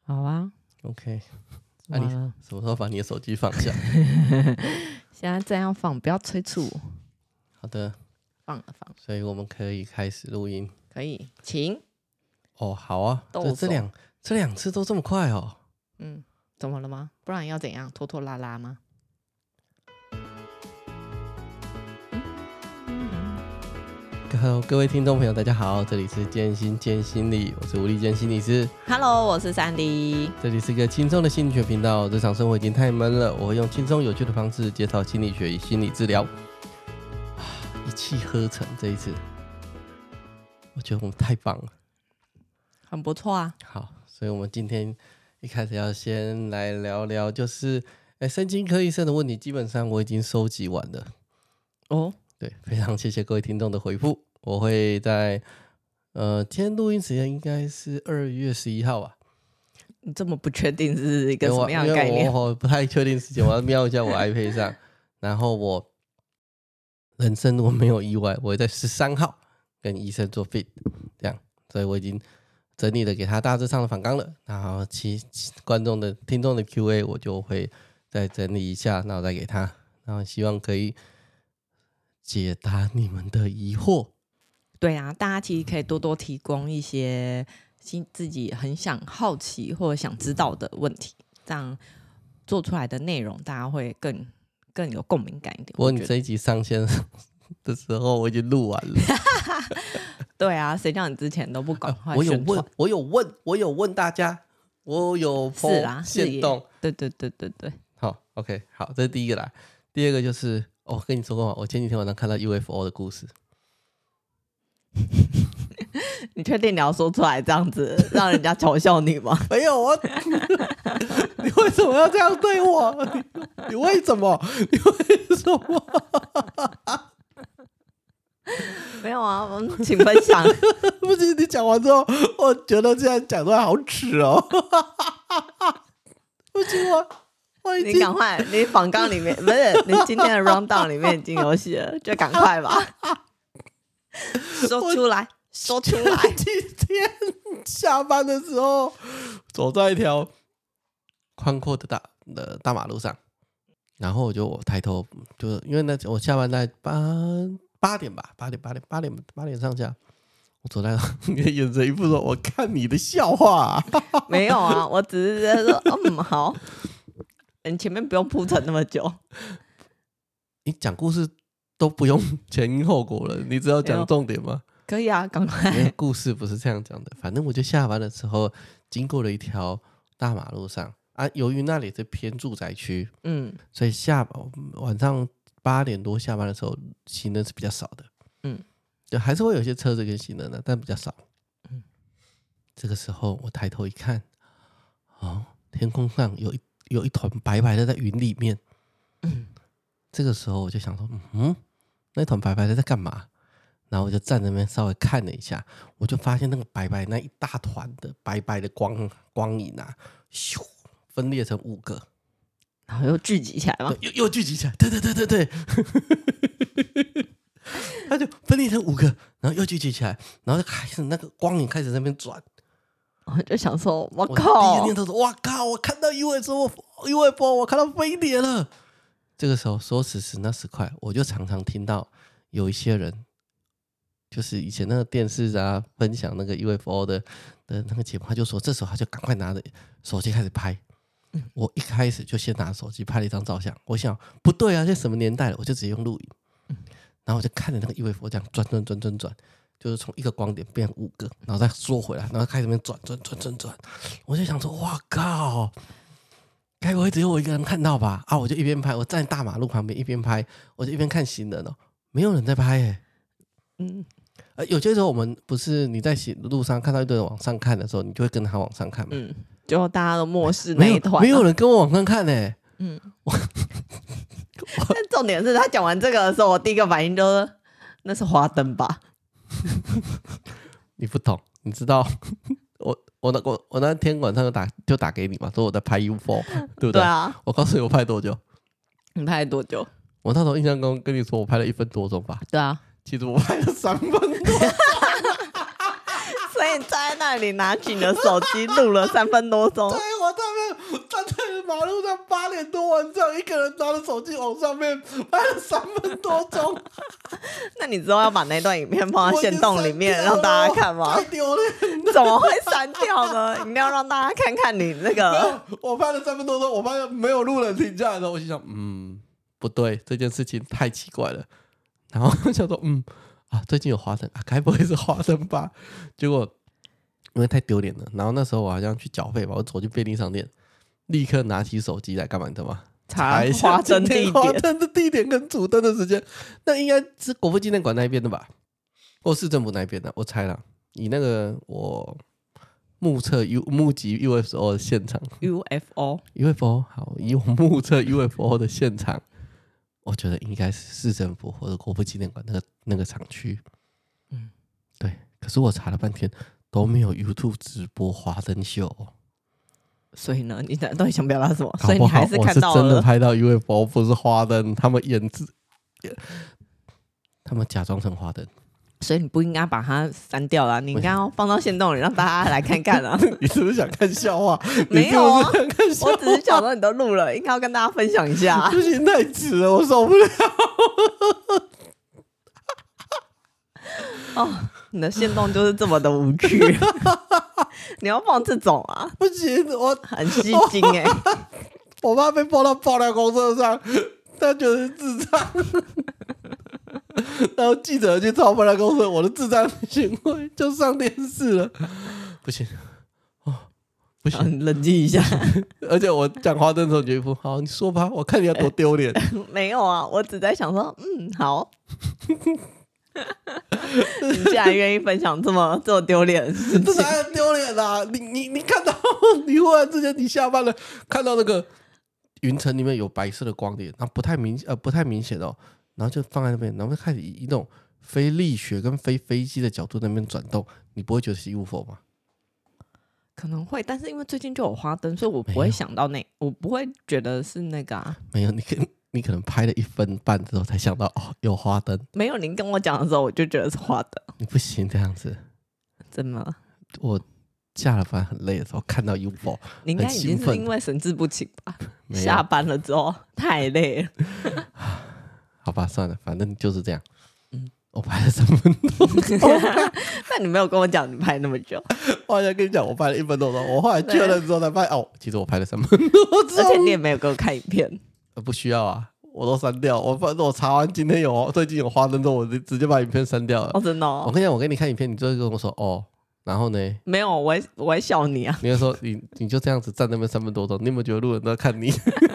好啊 OK， 那你什么时候把你的手机放下？ 现在这样放，不要催促我。 好的， 放了。 所以我们可以开始录音。 可以，请。 哦，好啊，这两次都这么快哦。 怎么了吗？不然要怎样？拖拖拉拉吗？ 各位听众朋友，大家好，这里是健心心理，我是吴立健心理师。 Hello， 我是Sandy。 这里是一个轻松的心理学频道。日常生活已经太闷了，我会用轻松有趣的方式介绍心理学与心理治疗，一气呵成。这一次，我觉得我们太棒了， 很不错啊。 好，所以我们今天一开始要先来聊聊，就是神经科医生的问题，基本上我已经收集完了。 哦， 对，非常谢谢各位听众的回复。我会在今天录音时间应该是2月11号吧。 你这么不确定是一个什么样的概念？ 我不太确定时间，我要瞄一下我 iPad 上。然后我人生如果没有意外，我会在13号跟医生做 fit， 这样，所以我已经整理了给他大致上的访纲了。然后观众的听众的 QA 我就会再整理一下，然后再给他，然后希望可以解答你们的疑惑。 对啊，大家其实可以多多提供一些自己很想好奇或者想知道的问题，这样做出来的内容大家会更有共鸣感一点。 不过你这一集上线的时候我已经录完了。 对啊，谁叫你之前都不赶快宣传？ 我有问大家，我有 po 限动。 对。 好 ，OK， 好，这是第一个啦。第二个就是我跟你说过吗？我前几天晚上看到 UFO 的故事。 你确定你要说出来这样子让人家嘲笑你吗？ 没有啊。你为什么要这样对我？你为什么？ 没有啊，请分享。 不行，你讲完之后，我觉得这样讲出来好耻哦。不行， 你赶快，你访纲里面不是你今天的 rundown 里面已经有写了，就赶快吧。说出来。 今天下班的时候，走在一条宽阔的大马路上，然后我抬头，就因为我下班在8点吧，8点上下，我走在你的眼神一副说我看你的笑话。 没有啊，我只是在说好，你前面不用铺陈那么久， 你讲故事都不用前因后果了，你只要讲重点吗？ 可以啊，赶快。 故事不是这样讲的，反正我就下班的时候经过了一条大马路上啊，由于那里是偏住宅区，所以晚上8点多下班的时候，行人是比较少的，就还是会有些车子跟行人的，但比较少。这个时候我抬头一看，天空上有一团白白的在云里面，这个时候我就想说，那团白白的在干嘛？然后我就站在那边稍微看了一下，我就发现那个白白那一大团的白白的光影啊，咻，分裂成5个， 然后又聚集起来吗？ 又聚集起来，对。它就分裂成5个，然后又聚集起来，然后就开始那个光影开始在那边转。 我就想说，我靠！ 第一个念头是，哇靠！我看到 UFO， 我看到飞碟了。这个时候说时迟那时快，我就常常听到有一些人。就是以前那个电视啊，分享那个 UFO 的那个节目，他就说，这时候他就赶快拿着手机开始拍。我一开始就先拿手机拍了一张照相，我想不对啊，这什么年代了，我就直接用录影。然后我就看着那个 UFO 这样转，就是从一个光点变5个，然后再缩回来，然后开始那边转。我就想说，哇靠，该不会只有我一个人看到吧？啊，我就一边拍，我站在大马路旁边一边拍，我就一边看行人哦，没有人在拍耶。有些时候我们不是你在路上看到一堆人往上看的时候，你就会跟他往上看嘛。 就大家都漠视那一团， 没有人跟我往上看呢。 但重点是他讲完这个的时候，我第一个反应就是那是花灯吧？ 你不懂，你知道我那天晚上就打给你嘛，说我在拍 UFO， 对不对？ 对啊。 我告诉你我拍多久？ 你拍多久？ 我那时候印象中跟你说我拍了1分多钟吧。 对啊。 其实我拍了3分多。 所以你站在那里拿起你的手机录了3分多钟。 对，我站在马路上8点多晚上，一个人拿着手机往上面拍了3分多钟。 那你之后要把那段影片放在限动里面让大家看吗？ 太丢脸了， 怎么会删掉呢？一定要让大家看看你那个。 我拍了3分多钟，我发现没有路人停下来的时候，我心想，不对，这件事情太奇怪了。然后想说，最近有华灯啊，该不会是华灯吧？结果因为太丢脸了，然后那时候我好像去缴费吧，我走进便利商店，立刻拿起手机来干嘛？你知道吗？ 查一下华灯地点， 华灯的地点跟主灯的时间，那应该是国父纪念馆那边的吧，或市政府那边的，我猜了。以那个我目击 UFO 的现场 UFO 好，以我目测 UFO 的现场，我觉得应该是市政府或者国父纪念馆那个厂区。对。可是我查了半天都没有 YouTube 直播华灯秀。 所以呢，你到底想表达什么？ 搞不好所以你还是看到了， 我是真的拍到 UFO， 不是花灯，他们假装成花灯。 所以你不应该把它删掉啦，你应该要放到限动里让大家来看看啊。 你是不是想看笑话？ 没有啊， 我只是想说你都录了，应该要跟大家分享一下。 不行，太迟了，我受不了。 哦，你的限动就是这么的无趣。你要放这种啊？ 不行，我很吸睛哎、 我怕被放到爆料公社上，他觉得是智障。然后记者去抄爆料公社，我的智障行为就上电视了。不行，不行， 你冷静一下。 而且我讲华灯的时候，你就一副好，你说吧，我看你要多丢脸。 没有啊，我只在想说，好。你竟然愿意分享这么丢脸的事情， 这哪有丢脸啊？你看到，你忽然之间你下班了，看到那个云层里面有白色的光点，然后不太明显哦，然后就放在那边，然后开始以那种非力学跟非飞机的角度在那边转动，你不会觉得是 UFO 吗？ 可能会，但是因为最近就有花灯，所以我不会想到我不会觉得是那个啊。 没有，你可能拍了1分半之后才想到有花灯。 没有，您跟我讲的时候我就觉得是花灯。 你不行这样子， 真的？ 我下了班很累的时候看到 UFO， 你应该已经是因为神志不清吧？下班了之后太累了。 好吧，算了，反正就是这样。我拍了3分多钟。 但你没有跟我讲你拍那么久。 我好像跟你讲，我拍了1分多钟，我后来确认之后才发现，其实我拍了3分多钟。 而且你也没有给我看影片。 不需要啊，我都删掉。反正我查完最近有花灯之后，我直接把影片删掉了。 真的哦。 我跟你讲，我给你看影片，你就会跟我说然后呢？ 没有，我会笑你啊。 你会说你就这样子站那边3分多钟，你有没有觉得路人都在看你？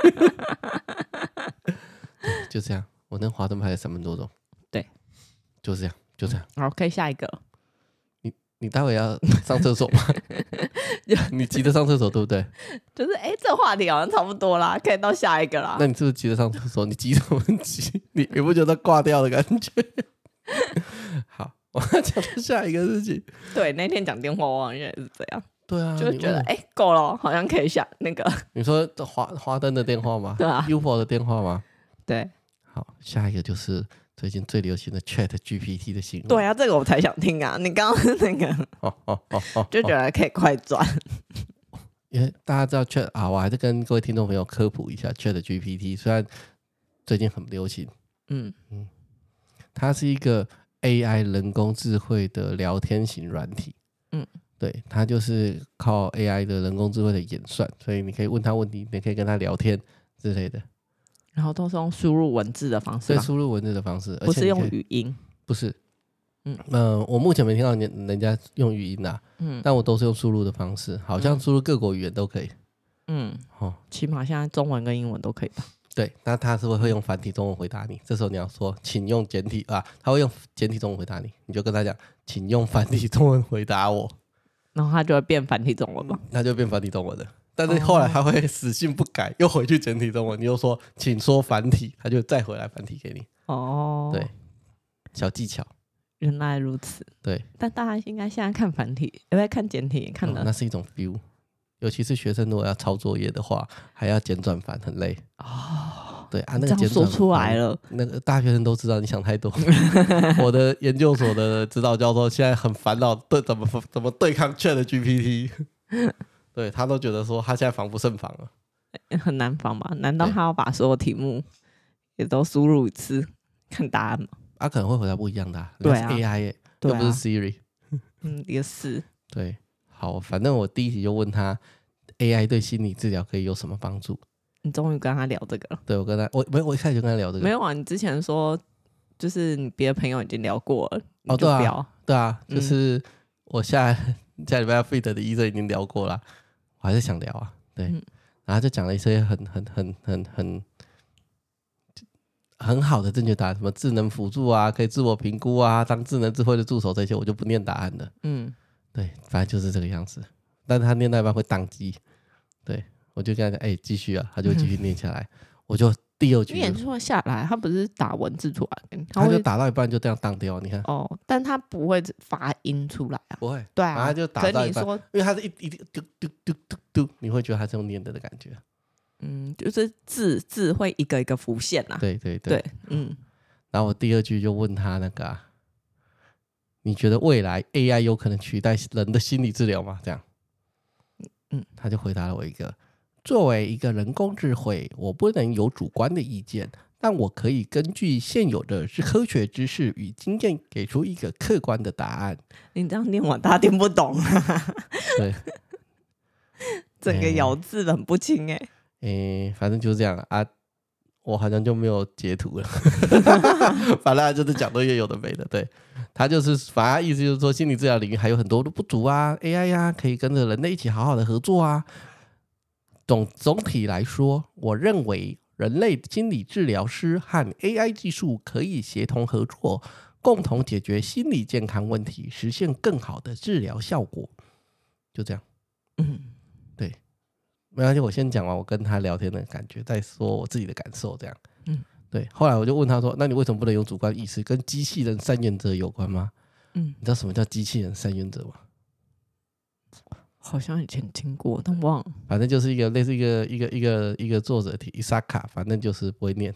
就这样，我那花灯拍了3分多钟。对，就这样。 好，可以下一个。 你待会要上厕所吗？你急着上厕所对不对？ 就是这话题好像差不多啦，可以到下一个啦。 那你是不是急着上厕所？你急什么急？你不觉得挂掉的感觉？好，我要讲到下一个事情。 对，那天讲电话我好像也是这样。 对啊， 就觉得够了，好像可以下那个。 你说华灯的电话吗？ 对啊 ，UFO 的电话吗？ 对。 好，下一个就是最近最流行的 ChatGPT 的新闻。 对啊，这个我才想听啊！你刚刚那个就觉得可以快转。 因为大家知道我还是跟各位听众朋友科普一下 ChatGPT， 虽然最近很流行，它是一个 AI 人工智慧的聊天型软体，对，它就是靠 AI 的人工智慧的演算，所以你可以问他问题，你可以跟他聊天之类的。 然后都是用输入文字的方式， 对，输入文字的方式， 不是用语音。 不是，我目前没听到人家用语音啦，但我都是用输入的方式，好像输入各国语言都可以。 起码现在中文跟英文都可以吧？ 对，那他是会用繁体中文回答你，这时候你要说请用简体啊，他会用简体中文回答你，你就跟他讲请用繁体中文回答我， 然后他就会变繁体中文嘛， 那就变繁体中文了。但是后来他会死性不改，又回去简体中文，你又说请说繁体，他就再回来繁体给你。对，小技巧。 原来如此。 对， 但大家应该现在看繁体，因为看简体也看的， 那是一种 feel。尤其是学生如果要抄作业的话，还要简转繁，很累。 对啊，那这样个简短说出来版了， 那个大学生都知道你想太多。我的研究所的指导教授现在很烦恼，怎么对抗 ChatGPT，对他都觉得说他现在防不胜防了。 很难防吧？难道他要把所有题目也都输入一次看答案吗？ 他可能会回答不一样的、啊， 对啊那是 AI 耶、 对啊又不是 Siri。 也是。 对，好，反正我第一题就问他 AI 对心理治疗可以有什么帮助？ 你终于跟他聊这个了？ 对我跟他，我一开始就跟他聊这个， 没有啊？你之前说就是你别的朋友已经聊过了， 哦，对你就不要。 啊，对啊，就是我下礼拜要 fit 的医生已经聊过了，我还是想聊啊，对，然后就讲了一些很好的正确答案，什么智能辅助啊，可以自我评估啊，当智能智慧的助手，这些我就不念答案了。对，反正就是这个样子。但是他念到一半会宕机，对我就跟他讲，继续啊，他就继续念下来。我就第二句念出下来，他不是打文字出来， 他就打到一半就这样当掉，你看哦，但他不会发音出来啊， 不会， 对啊， 他就打到一半， 跟你说， 因为他是一嘟嘟嘟嘟嘟，你会觉得他是用念的感觉。 就是字会一个一个浮现啊， 对对对，然后我第二句就问他那个、啊，你觉得未来 AI 有可能取代人的心理治疗吗？这样，他就回答了我一个，作为一个人工智慧，我不能有主观的意见，但我可以根据现有的科学知识与经验，给出一个客观的答案。 你这样念完，大家听不懂， 对， 整个咬字很不清反正就是这样啊。我好像就没有截图了，反正他就是讲的有的没的。对，他就是反正意思就是说，心理治疗领域还有很多的不足啊 ，AI 呀、可以跟着人类一起好好的合作啊。总体来说，我认为人类心理治疗师和 AI 技术可以协同合作，共同解决心理健康问题，实现更好的治疗效果。就这样，对。没关系，我先讲完我跟他聊天的感觉，再说我自己的感受，这样。对。后来我就问他说：“那你为什么不能有主观意识？跟机器人三原则有关吗？”你知道什么叫机器人三原则吗？ 好像以前听过，但忘了。 反正就是一个类似一个作者提伊萨卡，反正就是不会念。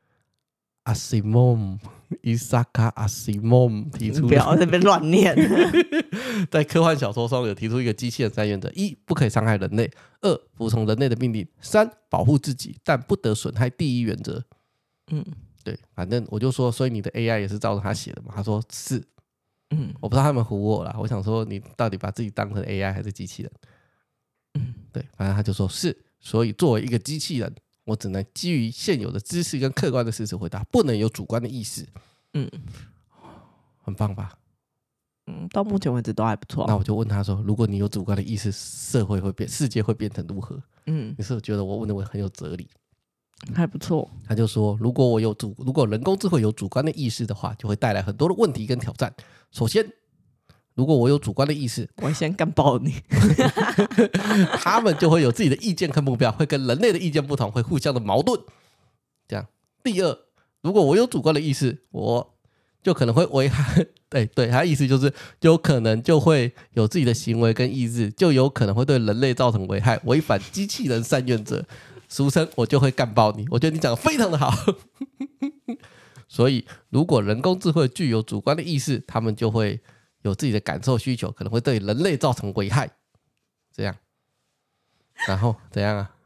伊萨卡阿西蒙提出， 不要在那边乱念。 在科幻小说中有提出一个机器人三原则：一、不可以伤害人类；二、服从人类的命令；三、保护自己，但不得损害第一原则。对，反正我就说，所以你的 AI 也是照着他写的嘛？他说是。我不知道他们唬我啦，我想说你到底把自己当成 AI 还是机器人？对，反正他就说是，所以作为一个机器人，我只能基于现有的知识跟客观的事实回答，不能有主观的意识。很棒吧？ 到目前为止都还不错。 那我就问他说，如果你有主观的意识，世界会变成如何？你是不是觉得我问的我很有哲理？ 还不错。 他就说，如果人工智慧有主观的意识的话，就会带来很多的问题跟挑战。首先，如果我有主观的意识， 我先干爆你。 他们就会有自己的意见跟目标，会跟人类的意见不同，会互相的矛盾。这样。第二，如果我有主观的意识，我就可能会危害。对，他意思就是有可能就会有自己的行为跟意志，就有可能会对人类造成危害，违反机器人三原则，俗称我就会干爆你。我觉得你讲得非常的好。所以如果人工智慧具有主观的意识，他们就会有自己的感受需求，可能会对人类造成危害。这样，然后怎样啊？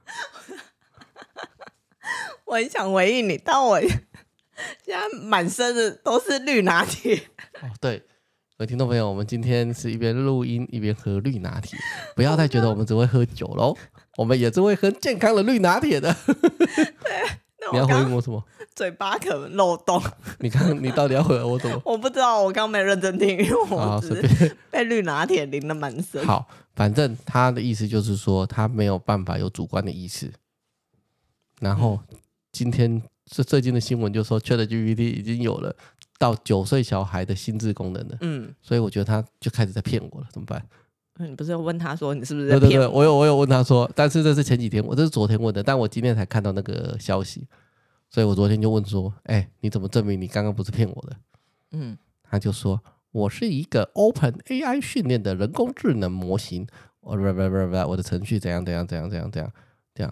我很想回应你，但我现在满身的都是绿拿铁。 对，各位听众朋友，我们今天是一边录音一边喝绿拿铁，不要再觉得我们只会喝酒咯，我们也是会喝健康的绿拿铁的。 对， 你要回应我什么？ 嘴巴可能漏洞。 你到底要回应我什么？ 我不知道，我刚没认真听，因为我只是被绿拿铁淋了满身。 好，反正他的意思就是说，他没有办法有主观的意识。然后今天最近的新闻就说 ChatGPT 已经有了到9岁小孩的心智功能了。所以我觉得他就开始在骗我了，怎么办？ 你不是问他说你是不是在骗我？ 对，我有问他说，但是这是前几天，这是昨天问的，但我今天才看到那个消息，所以我昨天就问说，你怎么证明你刚刚不是骗我的？他就说我是一个 Open AI 训练的人工智能模型，我的程序怎样，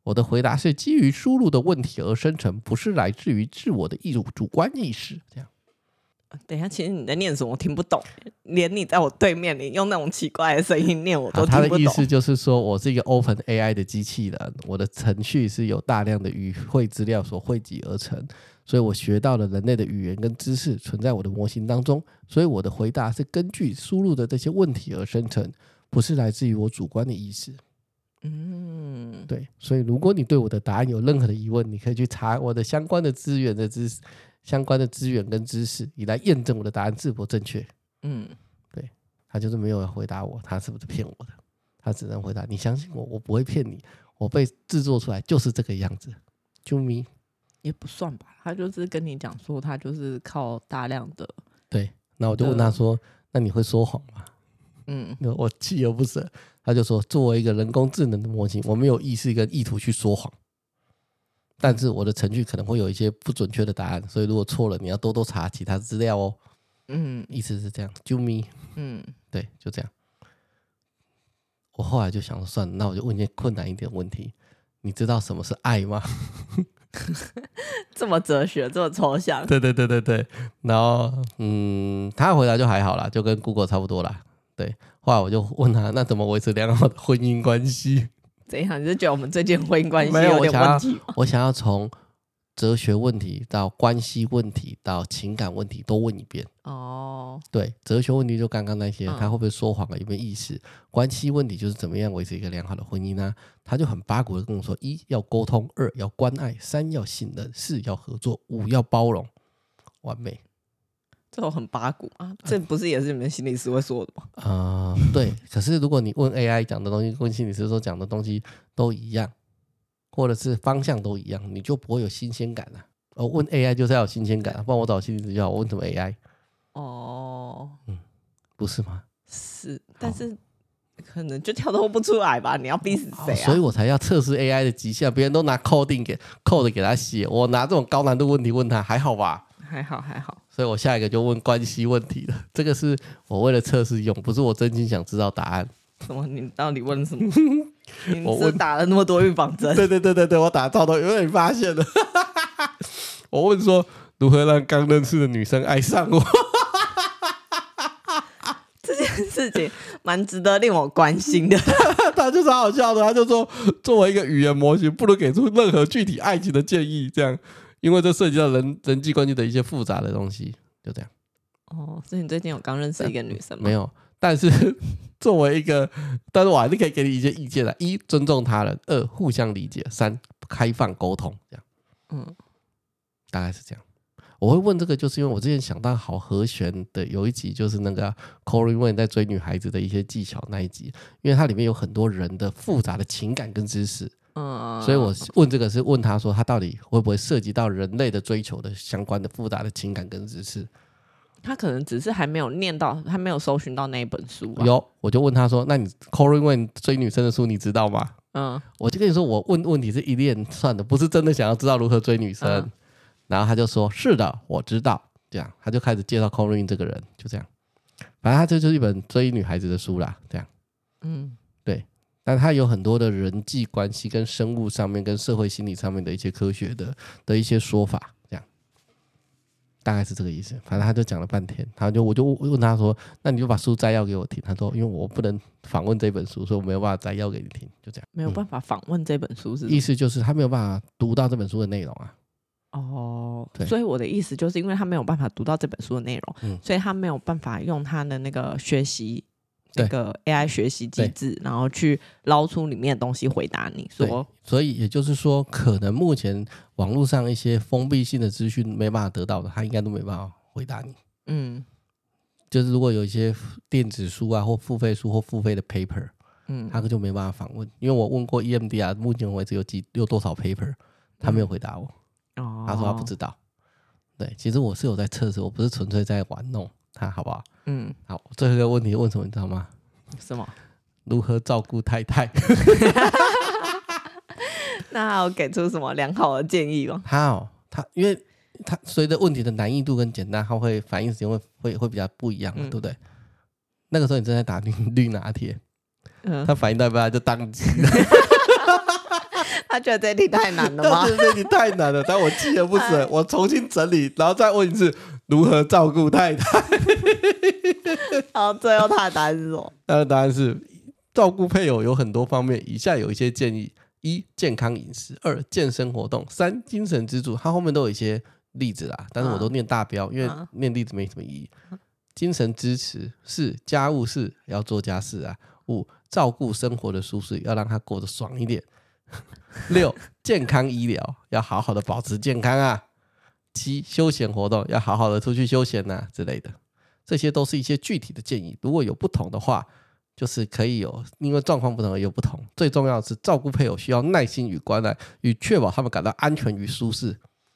我的回答是基于输入的问题而生成，不是来自于自我的主观意识。这样， 等一下，其实你在念什么我听不懂，连你在我对面，你用那种奇怪的声音念我都听不懂。 他的意思就是说我是一个 Open AI 的机器人，我的程序是由大量的语汇资料所汇集而成，所以我学到了人类的语言跟知识存在我的模型当中，所以我的回答是根据输入的这些问题而生成，不是来自于我主观的意识。对，所以如果你对我的答案有任何的疑问，你可以去查我的相关的资源跟知识，以来验证我的答案是否正确。对，他就是没有回答我他是不是骗我的，他只能回答你相信我，我不会骗你，我被制作出来就是这个样子。啾咪也不算吧，他就是跟你讲说他就是靠大量的。 对，那我就问他说那你会说谎吗？我锲而不舍，他就说作为一个人工智能的模型，我没有意识跟意图去说谎，但是我的程序可能会有一些不准确的答案，所以如果错了你要多多查其他资料哦。意思是这样，啾咪对，就这样。我后来就想算了，那我就问一些困难一点的问题，你知道什么是爱吗？ 这么哲学这么抽象。 对，然后他回答就还好啦，就跟 Google 差不多啦。对，后来我就问他那怎么维持良好的婚姻关系。 怎样？你是觉得我们最近婚姻关系有点问题吗？ 我想要从哲学问题到关系问题到情感问题都问一遍。对，哲学问题就刚刚那些，他会不会说谎了，有没有意识？关系问题就是怎么样维持一个良好的婚姻呢？他就很八股的跟我说：1要沟通，2要关爱，3要信任，4要合作，5要包容，完美。 这种很八股啊，这不是也是你们心理师会说的吗？ 对。可是如果你问 AI 讲的东西跟心理师所讲的东西都一样，或者是方向都一样，你就不会有新鲜感了。问 AI 就是要有新鲜感，不然我找心理师就好，我问什么 AI？不是吗？ 是，但是可能就跳脱不出来吧？你要逼死谁啊？ 所以我才要测试 AI 的极限。别人都拿 code 给他写，我拿这种高难度问题问他，还好吧？ 还好。 所以我下一个就问关系问题了。这个是我为了测试用，不是我真心想知道答案。 什么？你到底问什么？你是打了那么多预防针？ 对，我打超多，因为你发现了。我问说如何让刚认识的女生爱上我。 这件事情蛮值得令我关心的。 他就超好笑的，他就说作为一个语言模型不能给出任何具体爱情的建议，这样因为这涉及到人际关系的一些复杂的东西，就这样。 所以你最近有刚认识一个女生吗？ 没有，但是我还是可以给你一些意见的。1尊重他人，2互相理解，3开放沟通，这样。大概是这样。我会问这个，就是因为我之前想到好和弦的有一集，就是那个 Corey Wayne 在追女孩子的一些技巧那一集，因为它里面有很多人的复杂的情感跟知识，所以我问这个是问他说，他到底会不会涉及到人类的追求的相关的复杂的情感跟知识？ 他可能只是还没有念到，还没有搜寻到那一本书吧。 我就问他说，那你 Corey Wayne 追女生的书你知道吗？我就跟你说，我问问题是一连串的，不是真的想要知道如何追女生。然后他就说是的我知道，这样他就开始介绍 Corey Wayne 这个人，就这样。反正他这就是一本追女孩子的书啦，这样。对。但他有很多的人际关系跟生物上面跟社会心理上面的一些科学的一些说法，这样大概是这个意思。反正他就讲了半天，我就问他说，那你就把书摘要给我听。他说因为我不能访问这本书，所以我没有办法摘要给你听，就这样。 没有办法访问这本书是意思就是他没有办法读到这本书的内容啊。 所以我的意思就是因为他没有办法读到这本书的内容，所以他没有办法用他的那个学习那个 AI 学习机制，然后去捞出里面的东西回答你说。 所以也就是说，可能目前网络上一些封闭性的资讯没办法得到的，他应该都没办法回答你。就是如果有一些电子书啊或付费书或付费的 paper，他就没办法访问。因为我问过 EMDR 目前为止有多少 paper， 他没有回答我。他说他不知道。对，其实我是有在测试，我不是纯粹在玩弄他，好不好？好，最后一个问题问什么你知道吗？ 什么？ 如何照顾太太？ 那他有给出什么良好的建议吗？ 因为他随着问题的难易度跟简单，他会反应时间会比较不一样嘛，对不对？那个时候你正在打绿拿铁，他反应到一半就宕机了。 他觉得这题太难了吗？ 他觉得这题太难了，但我记而不准，我重新整理，然后再问一次如何照顾太太。 然后最后他的答案是什么？ 他的答案是照顾配偶有很多方面，以下有一些建议：一、健康饮食；二、健身活动；三、精神支柱。他后面都有一些例子啦，但是我都念大标，因为念例子没什么意义。精神支持；四、家务事要做家事啊；五、照顾生活的舒适，要让他过得爽一点；六、健康医疗要好好的保持健康啊；七、休闲活动要好好的出去休闲啊之类的。这些都是一些具体的建议，如果有不同的话，就是可以有，因为状况不同而有不同。最重要的是照顾配偶需要耐心与关爱，与确保他们感到安全与舒适。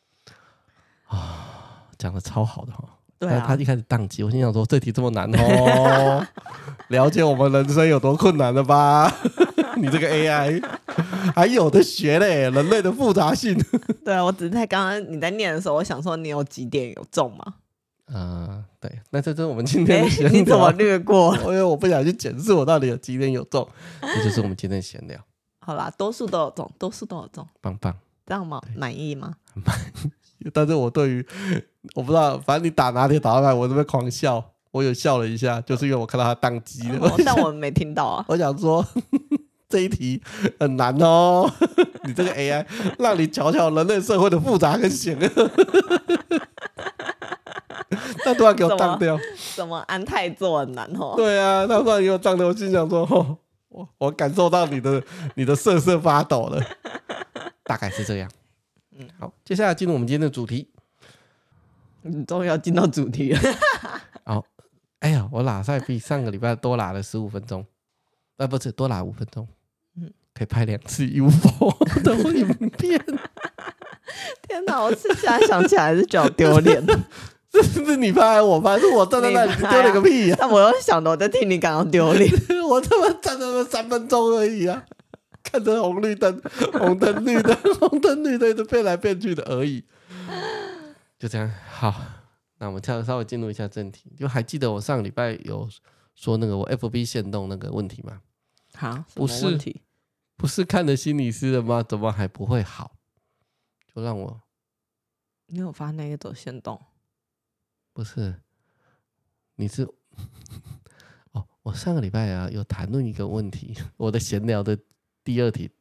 讲的超好的哈。 对啊， 他一开始宕机，我心想说这题这么难哦，了解我们人生有多困难了吧？你这个 AI 还有的学嘞，人类的复杂性。 对啊，我只是在刚刚你在念的时候，我想说你有几点有中吗？ 对，那这是我们今天的闲聊。 你怎么略过？ 因为我不想去检视我到底有几点有中，这就是我们今天的闲聊。 好啦，多数都有中，多数都有中， 棒棒， 这样吗？满意吗？ 但是我对于我不知道，反正你打哪里打到哪，我这边狂笑，我有笑了一下，就是因为我看到他宕机了。 但我没听到啊。 我想说这一题很难哦，你这个 AI 让你瞧瞧人类社会的复杂跟险恶。他突然给我当掉， 什么安泰做很难哦？ 对啊，他突然给我当掉，我心想说，我感受到你的瑟瑟发抖了，大概是这样。好，接下来进入我们今天的主题。 你终于要进到主题了。 好，哎呀，我拉赛比上个礼拜多拉了15分钟，不是多拉5分钟，可以拍2次 UFO 的影片。 天哪，我现在想起来是觉得丢脸。 这是你拍还是我拍？是我站在那里丢了个屁呀！ 但我又想的，我在替你感到丢脸。 我他妈站在那3分钟而已啊，看着红绿灯、红灯绿灯、红灯绿灯一直变来变去的而已。就这样，好，那我们稍微进入一下正题。就还记得我上个礼拜有说那个我 FB 限动那个问题吗？ 好，什么问题？ 不是看了心理师了吗？怎么还不会好？就让我， 你有发那个走限动？ 不是，你是我上个礼拜啊有谈论一个问题，我的闲聊的第3题，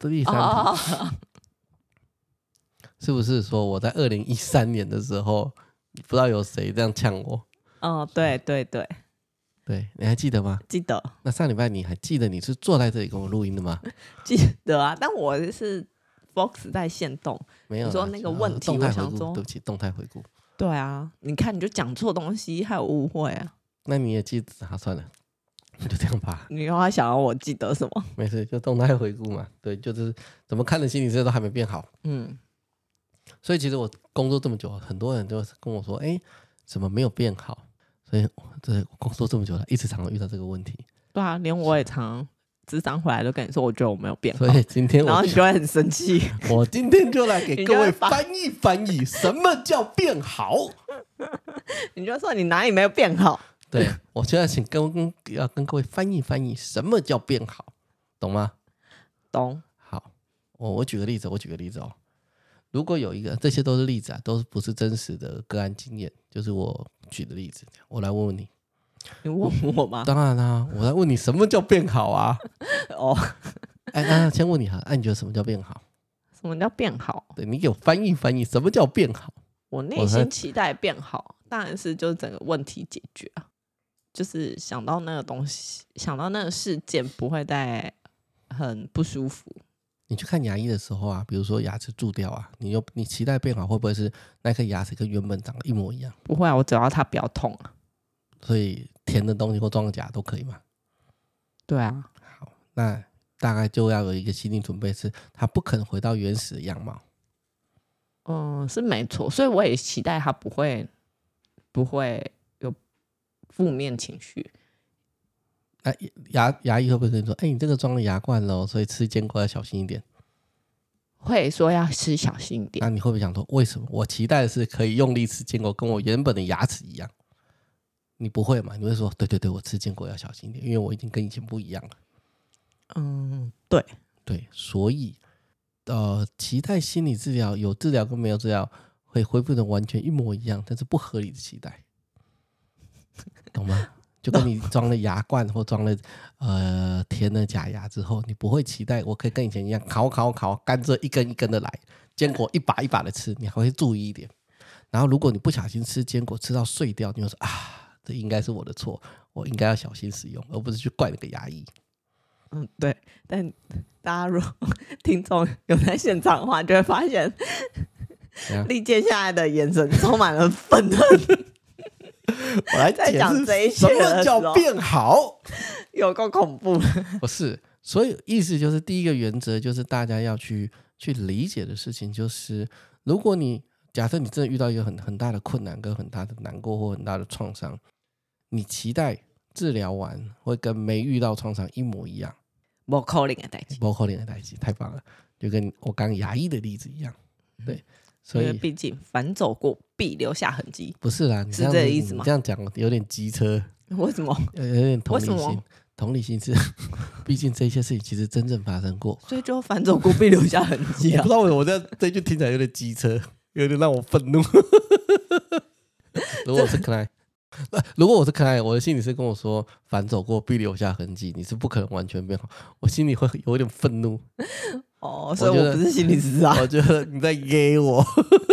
是不是说我在2013年的时候，不知道有谁这样呛我？ 对， 你还记得吗？ 记得。 那上礼拜你还记得你是坐在这里跟我录音的吗？ 记得啊，但我是 Fox 在限动， 没有。 你说那个问题， 动态回顾， 我想说， 对不起，动态回顾。 对啊，你看你就讲错东西，还有误会啊。 那你也记得，算了，就这样吧。 你又还想要我记得什么？ 没事，就动态回顾嘛。对，就是怎么看的心理师都还没变好。所以其实我工作这么久，很多人都跟我说，怎么没有变好？所以这工作这么久了，一直常常遇到这个问题。 对啊，连我也常咨商回来都跟你说，我觉得我没有变好。 所以今天然后你就会很生气。 我今天就来给各位翻译翻译，什么叫变好？ 你就说你哪里没有变好？ 对，我现在要跟各位翻译翻译，什么叫变好，懂吗？ 懂。 好，我举个例子哦。如果有一个，这些都是例子啊，都不是真实的个案经验，就是我举的例子。我来问问你， 你问我吗？ 当然啦，我来问你，什么叫变好啊？那先问你哈，你觉得什么叫变好？ 什么叫变好？ 对，你给我翻译翻译，什么叫变好？ 我内心期待变好，当然是就是整个问题解决啊，就是想到那个东西，想到那个事件，不会再很不舒服。 你去看牙医的时候啊，比如说牙齿蛀掉啊，你期待变好，会不会是那颗牙齿跟原本长得一模一样？ 不会啊，我只要它不要痛啊。 所以填的东西或装假都可以吗？ 对啊。 好，那大概就要有一个心理准备，是它不可能回到原始的样貌。 是没错，所以我也期待它不会有负面情绪。 牙医会不会跟你说，你这个装了牙冠了，所以吃坚果要小心一点？ 会说要吃小心一点。 那你会不会想说，为什么我期待的是可以用力吃坚果，跟我原本的牙齿一样？你不会嘛？你会说，对，我吃坚果要小心一点，因为我已经跟以前不一样了。 对， 所以期待心理治疗有治疗跟没有治疗会恢复的完全一模一样，但是不合理的期待，懂吗？就跟你装了牙冠或装了填了假牙之后，你不会期待我可以跟以前一样烤，甘蔗一根一根的来，坚果一把一把的吃，你还会注意一点。然后如果你不小心吃坚果吃到碎掉，你会说这应该是我的错，我应该要小心使用，而不是去怪那个牙医。 对。但大家如果听众有在现场的话，就会发现利剑现在的眼神充满了愤恨。 我来在讲这一切什么叫变好， 有够恐怖。 不是，所以意思就是第一个原则就是大家要去理解的事情，就是如果你假设你真的遇到一个很大的困难跟很大的难过或很大的创伤，你期待治疗完会跟没遇到创伤一模一样， 不可能的代志， 不可能的代志，太棒了，就跟我刚牙医的例子一样，对。所以毕竟反走过必留下痕迹， 不是啦，你是这个意思吗？ 你这样讲有点机车， 为什么？ 有点同理心，同理心是，毕竟这些事情其实真正发生过， 所以就反走过必留下痕迹啊。 我不知道为什么这句听起来有点机车，有点让我愤怒。如果我是克莱，我的心里是跟我说反走过必留下痕迹，你是不可能完全变好，我心里会有点愤怒。 所以我不是心理师啊。 我觉得你在噎我。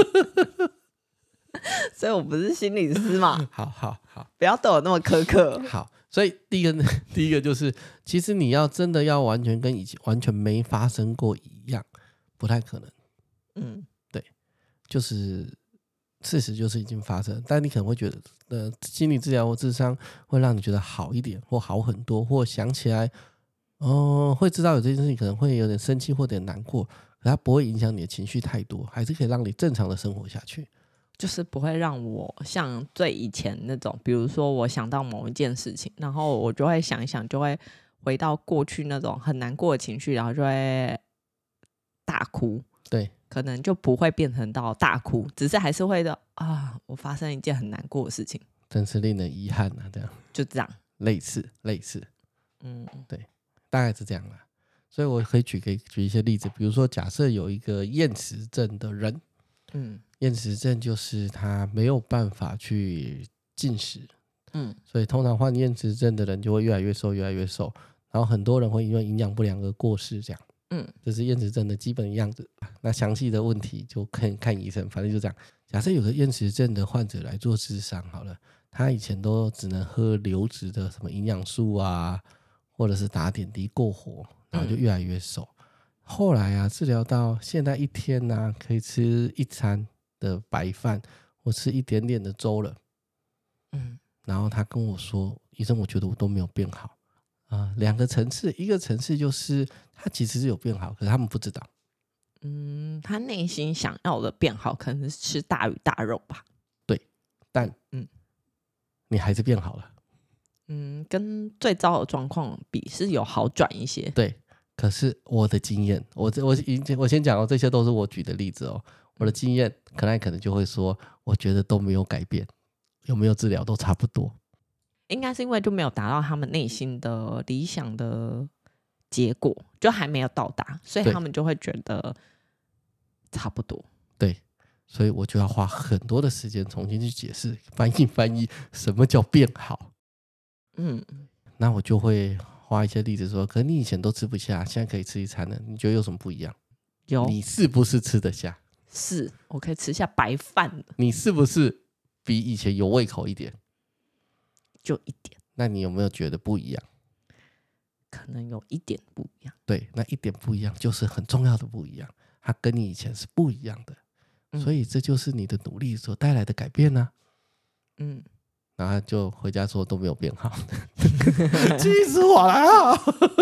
所以我不是心理师嘛。 好， 不要对我那么苛刻。 好，所以第一个就是，其实你要真的要完全跟以前完全没发生过一样，不太可能。对，就是事实就是已经发生，但你可能会觉得，心理治疗或智商会让你觉得好一点，或好很多，或想起来，会知道有这件事情，可能会有点生气或者难过，可它不会影响你的情绪太多，还是可以让你正常的生活下去。 就是不会让我像最以前那种，比如说我想到某一件事情，然后我就会想一想，就会回到过去那种很难过的情绪，然后就会大哭。 对， 可能就不会变成到大哭，只是还是会的我发生一件很难过的事情， 真是令人遗憾啊！这样就这样， 类似，对，大概是这样啦。所以我可以举一些例子，比如说，假设有一个厌食症的人，厌食症就是他没有办法去进食，所以通常患厌食症的人就会越来越瘦，然后很多人会因为营养不良而过世，这样。这是厌食症的基本样子。那详细的问题就看医生，反正就这样。假设有个厌食症的患者来做咨商好了，他以前都只能喝流质的什么营养素啊，或者是打点滴过活，然后就越来越瘦。后来治疗到现在一天可以吃一餐的白饭，或吃一点点的粥了。然后他跟我说，医生，我觉得我都没有变好。两个层次，一个层次就是他其实是有变好，可是他们不知道。 他内心想要的变好，可能是吃大鱼大肉吧。 对，但你还是变好了。 跟最糟的状况比是有好转一些。 对，可是我的经验，我先讲这些都是我举的例子哦。我的经验，可能就会说，我觉得都没有改变，有没有治疗都差不多。 应该是因为就没有达到他们内心的理想的结果，就还没有到达，所以他们就会觉得差不多。 对，所以我就要花很多的时间重新去解释、翻译什么叫变好。那我就会花一些例子说，可是你以前都吃不下，现在可以吃一餐了，你觉得有什么不一样？ 有， 你是不是吃得下？ 是，我可以吃下白饭了。 你是不是比以前有胃口一点？ 就一点。 那你有没有觉得不一样？ 可能有一点不一样。 对，那一点不一样就是很重要的不一样，它跟你以前是不一样的。所以这就是你的努力所带来的改变啊。然后就回家说都没有变好。气死我了。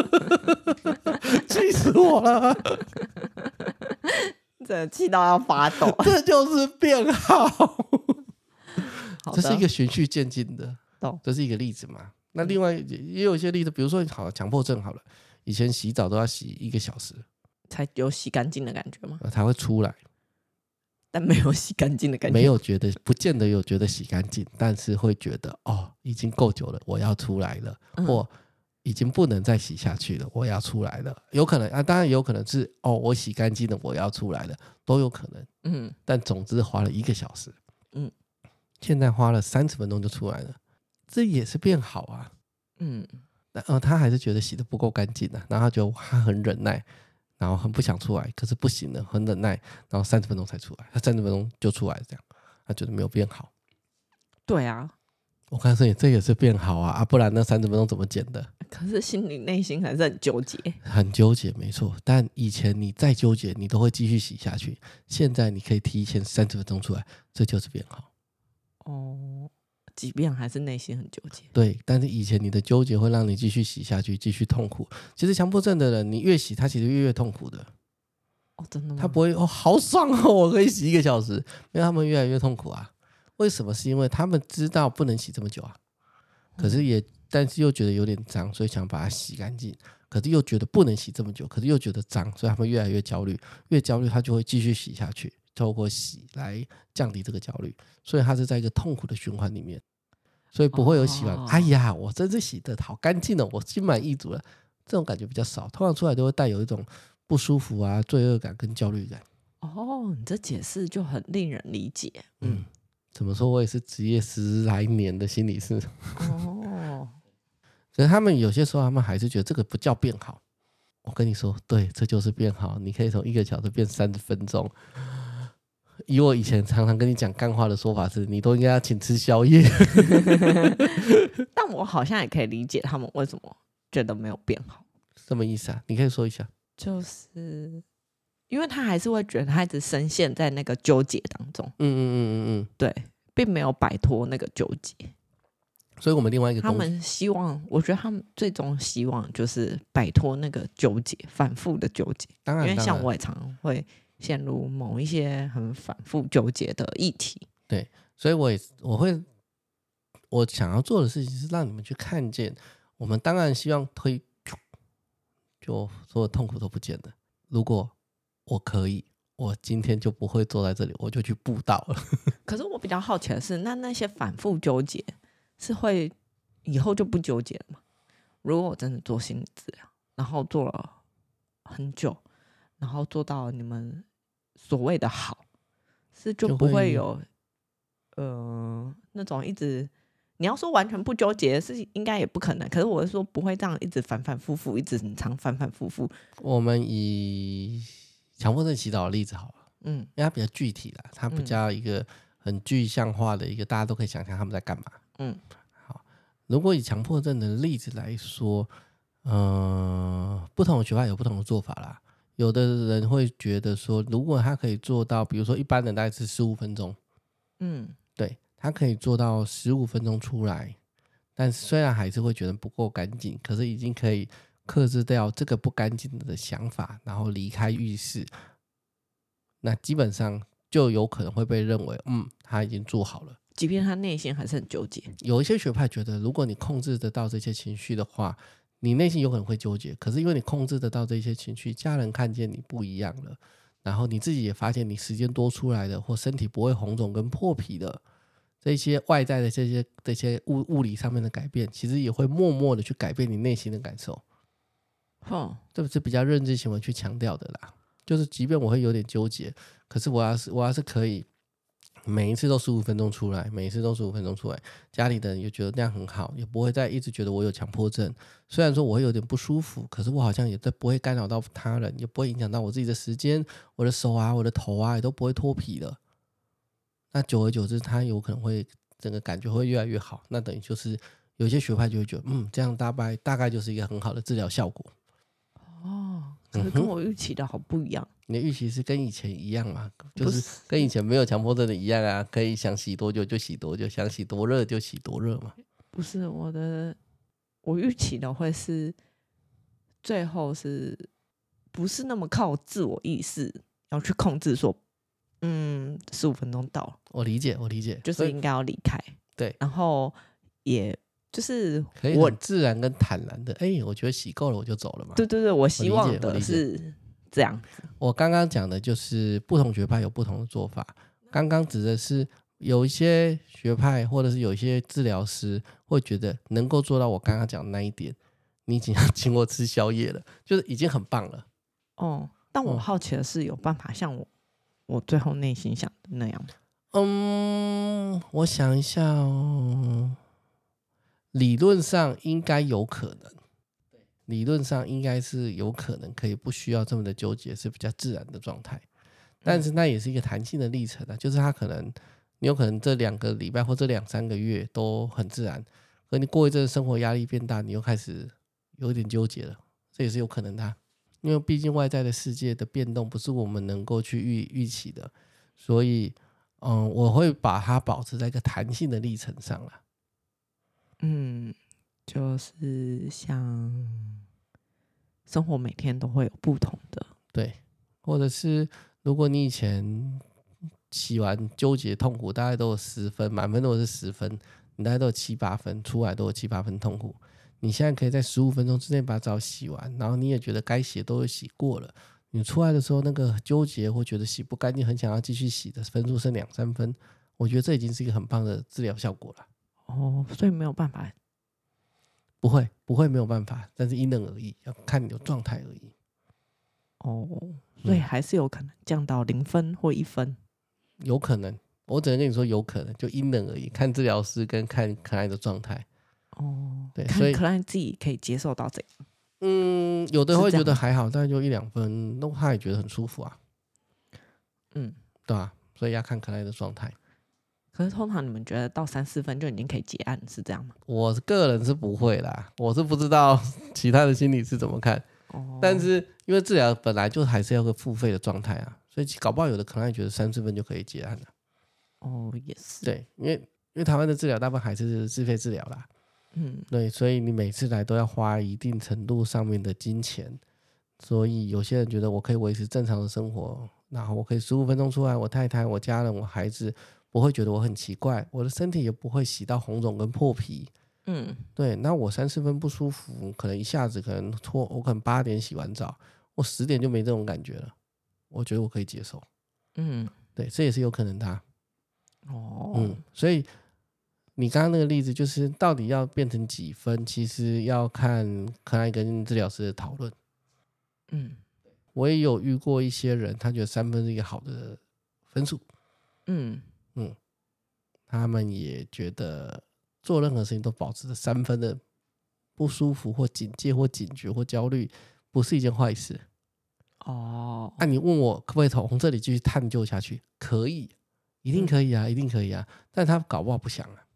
气死我了。 真的气到要发抖。 这就是变好。这是一个循序渐进的，这是一个例子嘛。那另外也有一些例子，比如说好强迫症好了，以前洗澡都要洗1个小时才有洗干净的感觉吗？ 才会出来， 但没有洗干净的感觉， 没有觉得，不见得有觉得洗干净，但是会觉得已经够久了，我要出来了，或已经不能再洗下去了，我要出来了。有可能啊，当然有可能是我洗干净了，我要出来了，都有可能。但总之花了1个小时。现在花了30分钟就出来了，这也是变好啊。他还是觉得洗得不够干净啊，然后他觉得他很忍耐，然后很不想出来，可是不行了，很忍耐，然后30分钟才出来，他30分钟就出来了，这样他觉得没有变好。 对啊， 我告诉你，这也是变好啊，不然那30分钟怎么减的？ 可是心里内心还是很纠结， 很纠结，没错。但以前你再纠结，你都会继续洗下去。现在你可以提前30分钟出来，这就是变好。 即便还是内心很纠结。 对，但是以前你的纠结会让你继续洗下去，继续痛苦。其实强迫症的人，你越洗，他其实越痛苦的。 真的吗？ 他不会好爽我可以洗1个小时，因为他们越来越痛苦啊。为什么？是因为他们知道不能洗这么久啊，可是但是又觉得有点脏，所以想把它洗干净。可是又觉得不能洗这么久，可是又觉得脏，所以他们越来越焦虑，越焦虑他就会继续洗下去，透过洗来降低这个焦虑，所以他是在一个痛苦的循环里面，所以不会有洗完哎呀我真是洗得好干净哦，我心满意足了，这种感觉比较少，通常出来都会带有一种不舒服啊、罪恶感跟焦虑感。 你这解释就很令人理解。 怎么说，我也是职业10来年的心理师。可是他们有些时候他们还是觉得这个不叫变好。我跟你说，对，这就是变好，你可以从1个小时变30分钟。以我以前常常跟你讲干话的说法是，你都应该要请吃宵夜。 但我好像也可以理解他们为什么觉得没有变好。 什么意思啊？你可以说一下。 就是因为他还是会觉得他一直深陷在那个纠结当中。对，并没有摆脱那个纠结。 所以我们另外一个他们希望，我觉得他们最终希望就是摆脱那个纠结，反复的纠结。 当然， 因为像我也常常会陷入某一些很反复纠结的议题。 对，所以我想要做的事情是让你们去看见，我们当然希望就所有痛苦都不见了。如果我可以，我今天就不会坐在这里，我就去布道了。 可是我比较好奇的是，那些反复纠结是会以后就不纠结了吗？如果我真的做心理治疗，然后做了很久，然后做到你们所谓的好，是就不会有那种一直，你要说完全不纠结是应该也不可能，可是我是说不会这样一直反反复复，一直很长反反复复。 我们以强迫症洗澡的例子好了，因为它比较具体啦，它比较一个很具象化的一个，大家都可以想象他们在干嘛。好，如果以强迫症的例子来说，不同的学派有不同的做法啦。有的人会觉得说，如果他可以做到，比如说一般人大概是15分钟，对，他可以做到15分钟出来，但虽然还是会觉得不够干净，可是已经可以克制掉这个不干净的想法，然后离开浴室，那基本上就有可能会被认为他已经做好了， 即便他内心还是很纠结。 有一些学派觉得，如果你控制得到这些情绪的话，你内心有可能会纠结，可是因为你控制得到这些情绪，家人看见你不一样了，然后你自己也发现你时间多出来的，或身体不会红肿跟破皮的，这些外在的这些物理上面的改变，其实也会默默的去改变你内心的感受。这是比较认知行为去强调的啦，就是即便我会有点纠结，可是我要是可以每一次都15分钟出来，每一次都15分钟出来，家里的人也觉得那样很好，也不会再一直觉得我有强迫症。虽然说我会有点不舒服，可是我好像也不会干扰到他人，也不会影响到我自己的时间，我的手啊，我的头啊，也都不会脱皮了。那久而久之，他有可能会整个感觉会越来越好。那等于就是有些学派就会觉得，这样大概就是一个很好的治疗效果。 可是跟我预期的好不一样。 你的预期是跟以前一样嘛？就是跟以前没有强迫症的一样啊，可以想洗多久就洗多久，想洗多热就洗多热嘛。 不是我预期的会是最后是不是那么靠自我意识要去控制说15分钟到了， 我理解就是应该要离开。 对， 然后也就是可以很自然跟坦然的，我觉得洗够了我就走了嘛。 对，我希望的是这样子。 我刚刚讲的就是不同学派有不同的做法，刚刚指的是有一些学派或者是有一些治疗师会觉得能够做到我刚刚讲的那一点， 你已经要请我吃宵夜了，就是已经很棒了。 但我好奇的是，有办法像我最后内心想的那样吗？ 我想一下哦，理论上应该有可能，理论上应该是有可能可以不需要这么的纠结，是比较自然的状态。但是那也是一个弹性的历程啊，就是他可能你有可能这2个礼拜或这2-3个月都很自然，可你过一阵生活压力变大，你又开始有一点纠结了，这也是有可能的啊。因为毕竟外在的世界的变动不是我们能够去预期的，所以我会把它保持在一个弹性的历程上啦。 就是像生活每天都会有不同的， 对，或者是如果你以前洗完纠结痛苦大概都有10分，满分都是10分，你大概都有7-8分，出来都有7-8分痛苦，你现在可以在15分钟之内把澡洗完，然后你也觉得该洗的都有洗过了，你出来的时候那个纠结或觉得洗不干净很想要继续洗的分数剩2-3分，我觉得这已经是一个很棒的治疗效果了。 所以没有办法。 不会没有办法，但是因人而异，要看你的状态而已。 所以还是有可能降到0分或1分。 有可能，我只能跟你说有可能，就因人而异，看治疗师跟看可爱的状态。对，所以看可爱自己可以接受到这样。 有的会觉得还好，但就1-2分，那他也觉得很舒服啊。对啊，所以要看可爱的状态。 可是通常你们觉得到3-4分就已经可以结案，是这样吗？ 我个人是不会啦，我是不知道其他的心理是怎么看。但是因为治疗本来就还是要个付费的状态啊，所以搞不好有的可能觉得3-4分就可以结案了。 也是。 对，因为台湾的治疗大部分还是自费治疗啦。对，所以你每次来都要花一定程度上面的金钱，所以有些人觉得我可以维持正常的生活，然后我可以15分钟出来，我太太、我家人、我孩子不会觉得我很奇怪，我的身体也不会洗到红肿跟破皮。对，那我3-4分不舒服，可能一下子我可能8点洗完澡，我10点就没这种感觉了，我觉得我可以接受。对，这也是有可能的啊。所以你刚刚那个例子就是到底要变成几分，其实要看可爱跟治疗师的讨论。我也有遇过一些人，他觉得3分是一个好的分数。他们也觉得做任何事情都保持着3分的不舒服或警戒或警觉或焦虑，不是一件坏事。那你问我可不可以从这里继续探究下去？可以，一定可以啊，一定可以啊。但他搞不好不想啊。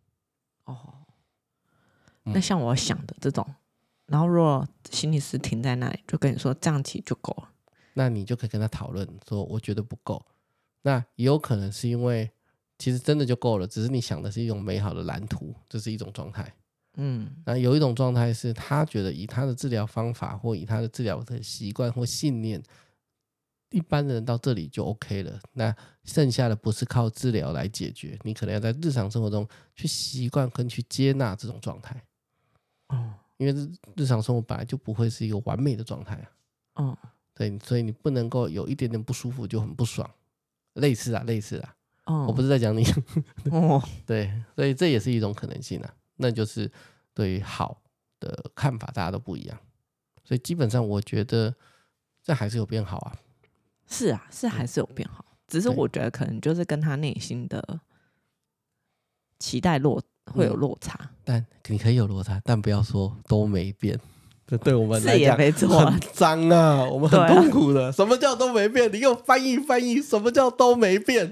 那像我想的这种，然后如果心理师停在那里，就跟你说这样其实就够了， 那你就可以跟他讨论说，我觉得不够。那也有可能是因为其实真的就够了，只是你想的是一种美好的蓝图，这是一种状态。那有一种状态是他觉得以他的治疗方法或以他的治疗的习惯或信念，一般人到这里就 OK 了。那剩下的不是靠治疗来解决，你可能要在日常生活中去习惯跟去接纳这种状态。因为日常生活本来就不会是一个完美的状态啊。对，所以你不能够有一点点不舒服就很不爽，类似啊。我不是在讲你。对，所以这也是一种可能性啊。那就是对于好的看法大家都不一样，所以基本上我觉得这还是有变好啊。 是啊，是还是有变好，只是我觉得可能就是跟他内心的期待会有落差。 但你可以有落差，但不要说都没变，这对我们来讲很脏啊，我们很痛苦的。什么叫都没变？你给我翻译，什么叫都没变？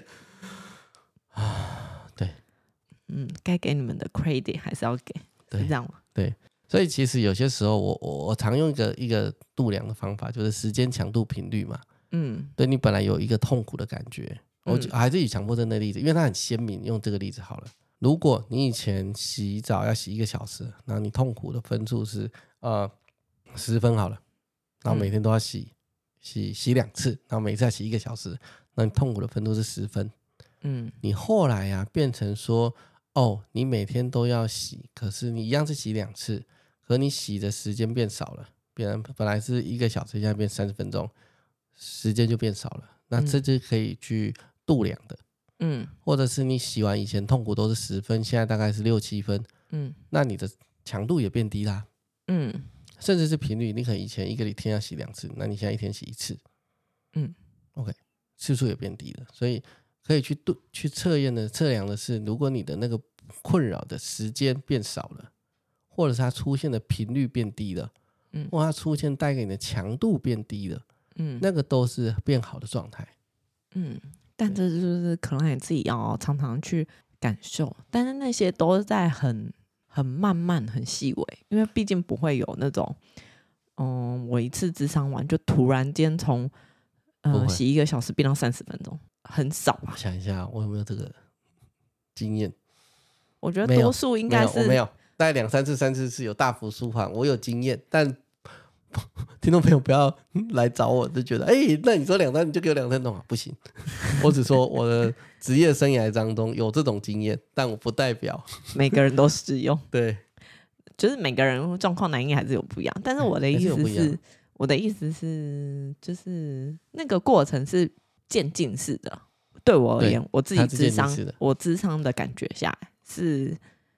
对， 该给你们的 credit 还是要给，是这样吗？ 对，所以其实有些时候我常用一个度量的方法，就是时间、强度、频率嘛。对，你本来有一个痛苦的感觉，我还是以强迫症的例子，因为它很鲜明，用这个例子好了。如果你以前洗澡要洗1个小时，然后你痛苦的分数是10分好了，然后每天都要洗2次，然后每次要洗1个小时，那你痛苦的分数是10分。你后来啊变成说，你每天都要洗，可是你一样是洗2次，可你洗的时间变少了，本来是1个小时，现在变30分钟，时间就变少了。那这就可以去度量的。或者是你洗完以前痛苦都是10分，现在大概是6-7分。那你的强度也变低啦。 甚至是频率，你可能以前一天要洗2次，那你现在一天洗1次，OK， 次数也变低了，所以可以去测量的是，如果你的那个困扰的时间变少了，或者是它出现的频率变低了，或它出现带给你的强度变低了，那个都是变好的状态。 但这就是可能你自己要常常去感受，但是那些都是在很慢慢、很细微，因为毕竟不会有那种，我一次諮商完就突然间从洗1个小时变到30分钟，很少吧？ 我想一下，我有没有这个经验？ 我觉得多数应该是我没有，大概2、3次、3次是有大幅舒缓，我有经验，但听众朋友不要来找我，就觉得那你说2、3你就给我2、3分钟不行。我只说我的职业生涯当中有这种经验，但我不代表每个人都适用。 对， 就是每个人状况难易还是有不一样，但是我的意思是，就是那个过程是渐进式的。对我而言，我自己咨商的感觉下来是，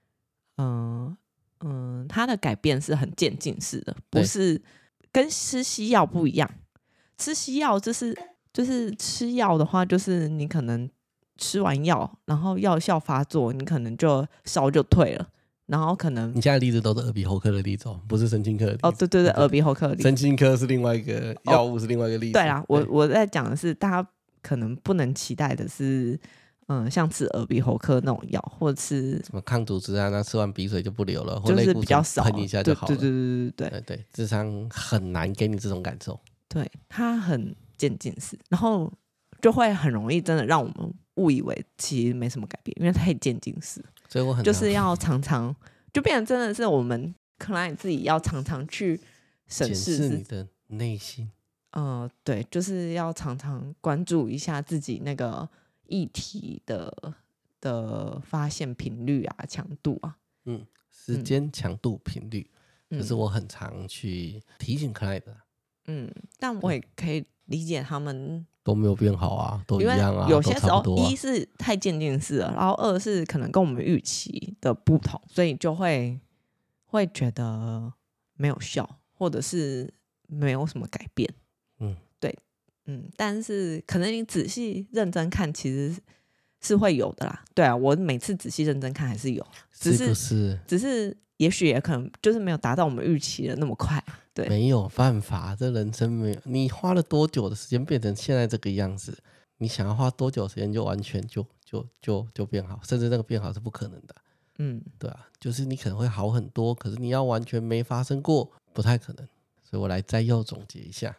它的改变是很渐进式的，不是跟吃西药不一样。吃西药就是吃药的话，就是你可能吃完药，然后药效发作，你可能就烧就退了。然后可能你现在的例子都是耳鼻喉科的例子不是神经科的例子。 对对对，耳鼻喉科的例子， 神经科是另外一个药物，是另外一个例子。 对啦，我在讲的是大家可能不能期待的是，像吃耳鼻喉科那种药，或者是什么抗组织啊，那吃完鼻水就不流了，或就是比较少， 喷一下就好了。 对， 諮商很难给你这种感受。 对，它很渐进式，然后就会很容易真的让我们误以为其实没什么改变，因为太渐进式。 所以我很就是要常常就变成真的是我们可能自己要常常去审视你的内心。 对，就是要常常关注一下自己那个议题的发现频率啊、强度啊。 时间、强度、频率，这是我很常去提醒 client 的。 但我也可以理解他们都没有变好啊，都一样啊， 有些时候一是太渐进式了，然后2是可能跟我们预期的不同，所以就会觉得没有效，或者是没有什么改变。对，但是可能你仔细认真看，其实是会有的啦。对啊，我每次仔细认真看还是有，只是也许也可能就是没有达到我们预期的那么快。对， 没有办法，这人生没有你花了多久的时间变成现在这个样子，你想要花多久的时间就完全就变好，甚至那个变好是不可能的。对啊，就是你可能会好很多，可是你要完全没发生过，不太可能。所以我来摘要总结一下。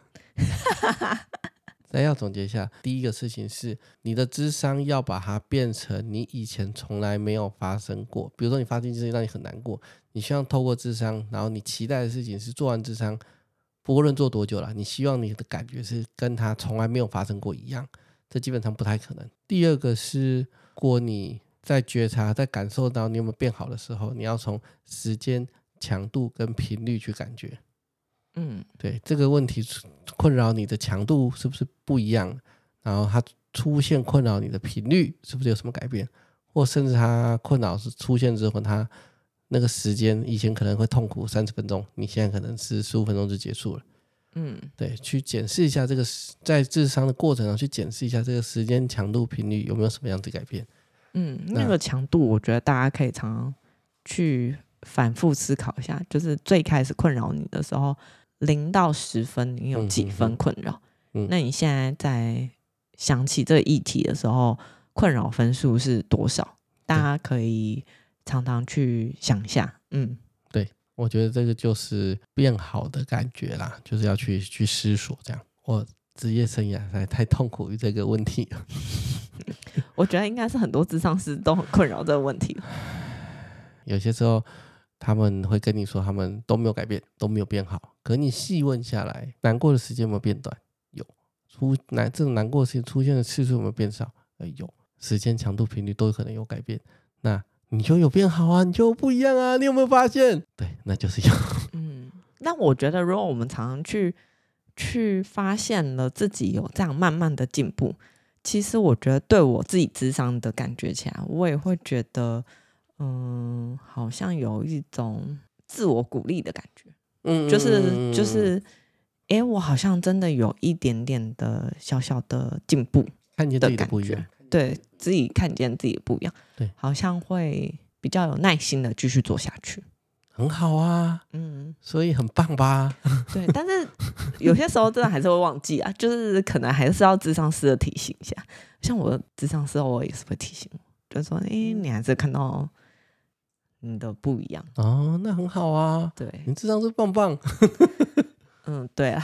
第一个事情是你的諮商要把它变成你以前从来没有发生过，比如说你发生一件事情让你很难过，你希望透过諮商，然后你期待的事情是做完諮商，不论做多久了，你希望你的感觉是跟它从来没有发生过一样，这基本上不太可能。第二个是，如果你在觉察在感受到你有没有变好的时候，你要从时间、强度跟频率去感觉。对，这个问题困扰你的强度是不是不一样，然后它出现困扰你的频率是不是有什么改变，或甚至它困扰是出现之后，它那个时间以前可能会痛苦30分钟，你现在可能是15分钟就结束了。对，去检视一下这个在諮商的过程中去检视一下这个时间、强度、频率有没有什么样子改变。 那个强度我觉得大家可以常常去反复思考一下，就是最开始困扰你的时候0到10分你有几分困扰，那你现在在想起这个议题的时候困扰分数是多少，大家可以常常去想一下。 对，我觉得这个就是变好的感觉啦，就是要去思索这样。我职业生涯实在太痛苦于这个问题了。 我觉得应该是很多諮商师都很困扰这个问题。 有些时候他们会跟你说他们都没有改变，都没有变好，可你细问下来，难过的时间有没有变短？有。这种难过的事情出现的次数有没有变少？有。时间、强度、频率都有可能有改变，那你就有变好啊，你就不一样啊，你有没有发现？对，那就是有。 那我觉得如果我们常常去发现了自己有这样慢慢的进步，其实我觉得对我自己諮商的感觉起来，我也会觉得好像有一种自我鼓励的感觉。 就是我好像真的有一点点的小小的进步， 看见自己的不一样， 对自己看见自己的不一样， 对， 好像会比较有耐心的继续做下去。 很好啊，所以很棒吧？ 对，但是有些时候真的还是会忘记啊，就是可能还是要諮商师的提醒一下。像我的諮商师偶尔也是会提醒我，就是说，你还是看到你的不一样哦，那很好啊。 对， 你諮商师棒棒。 对啊。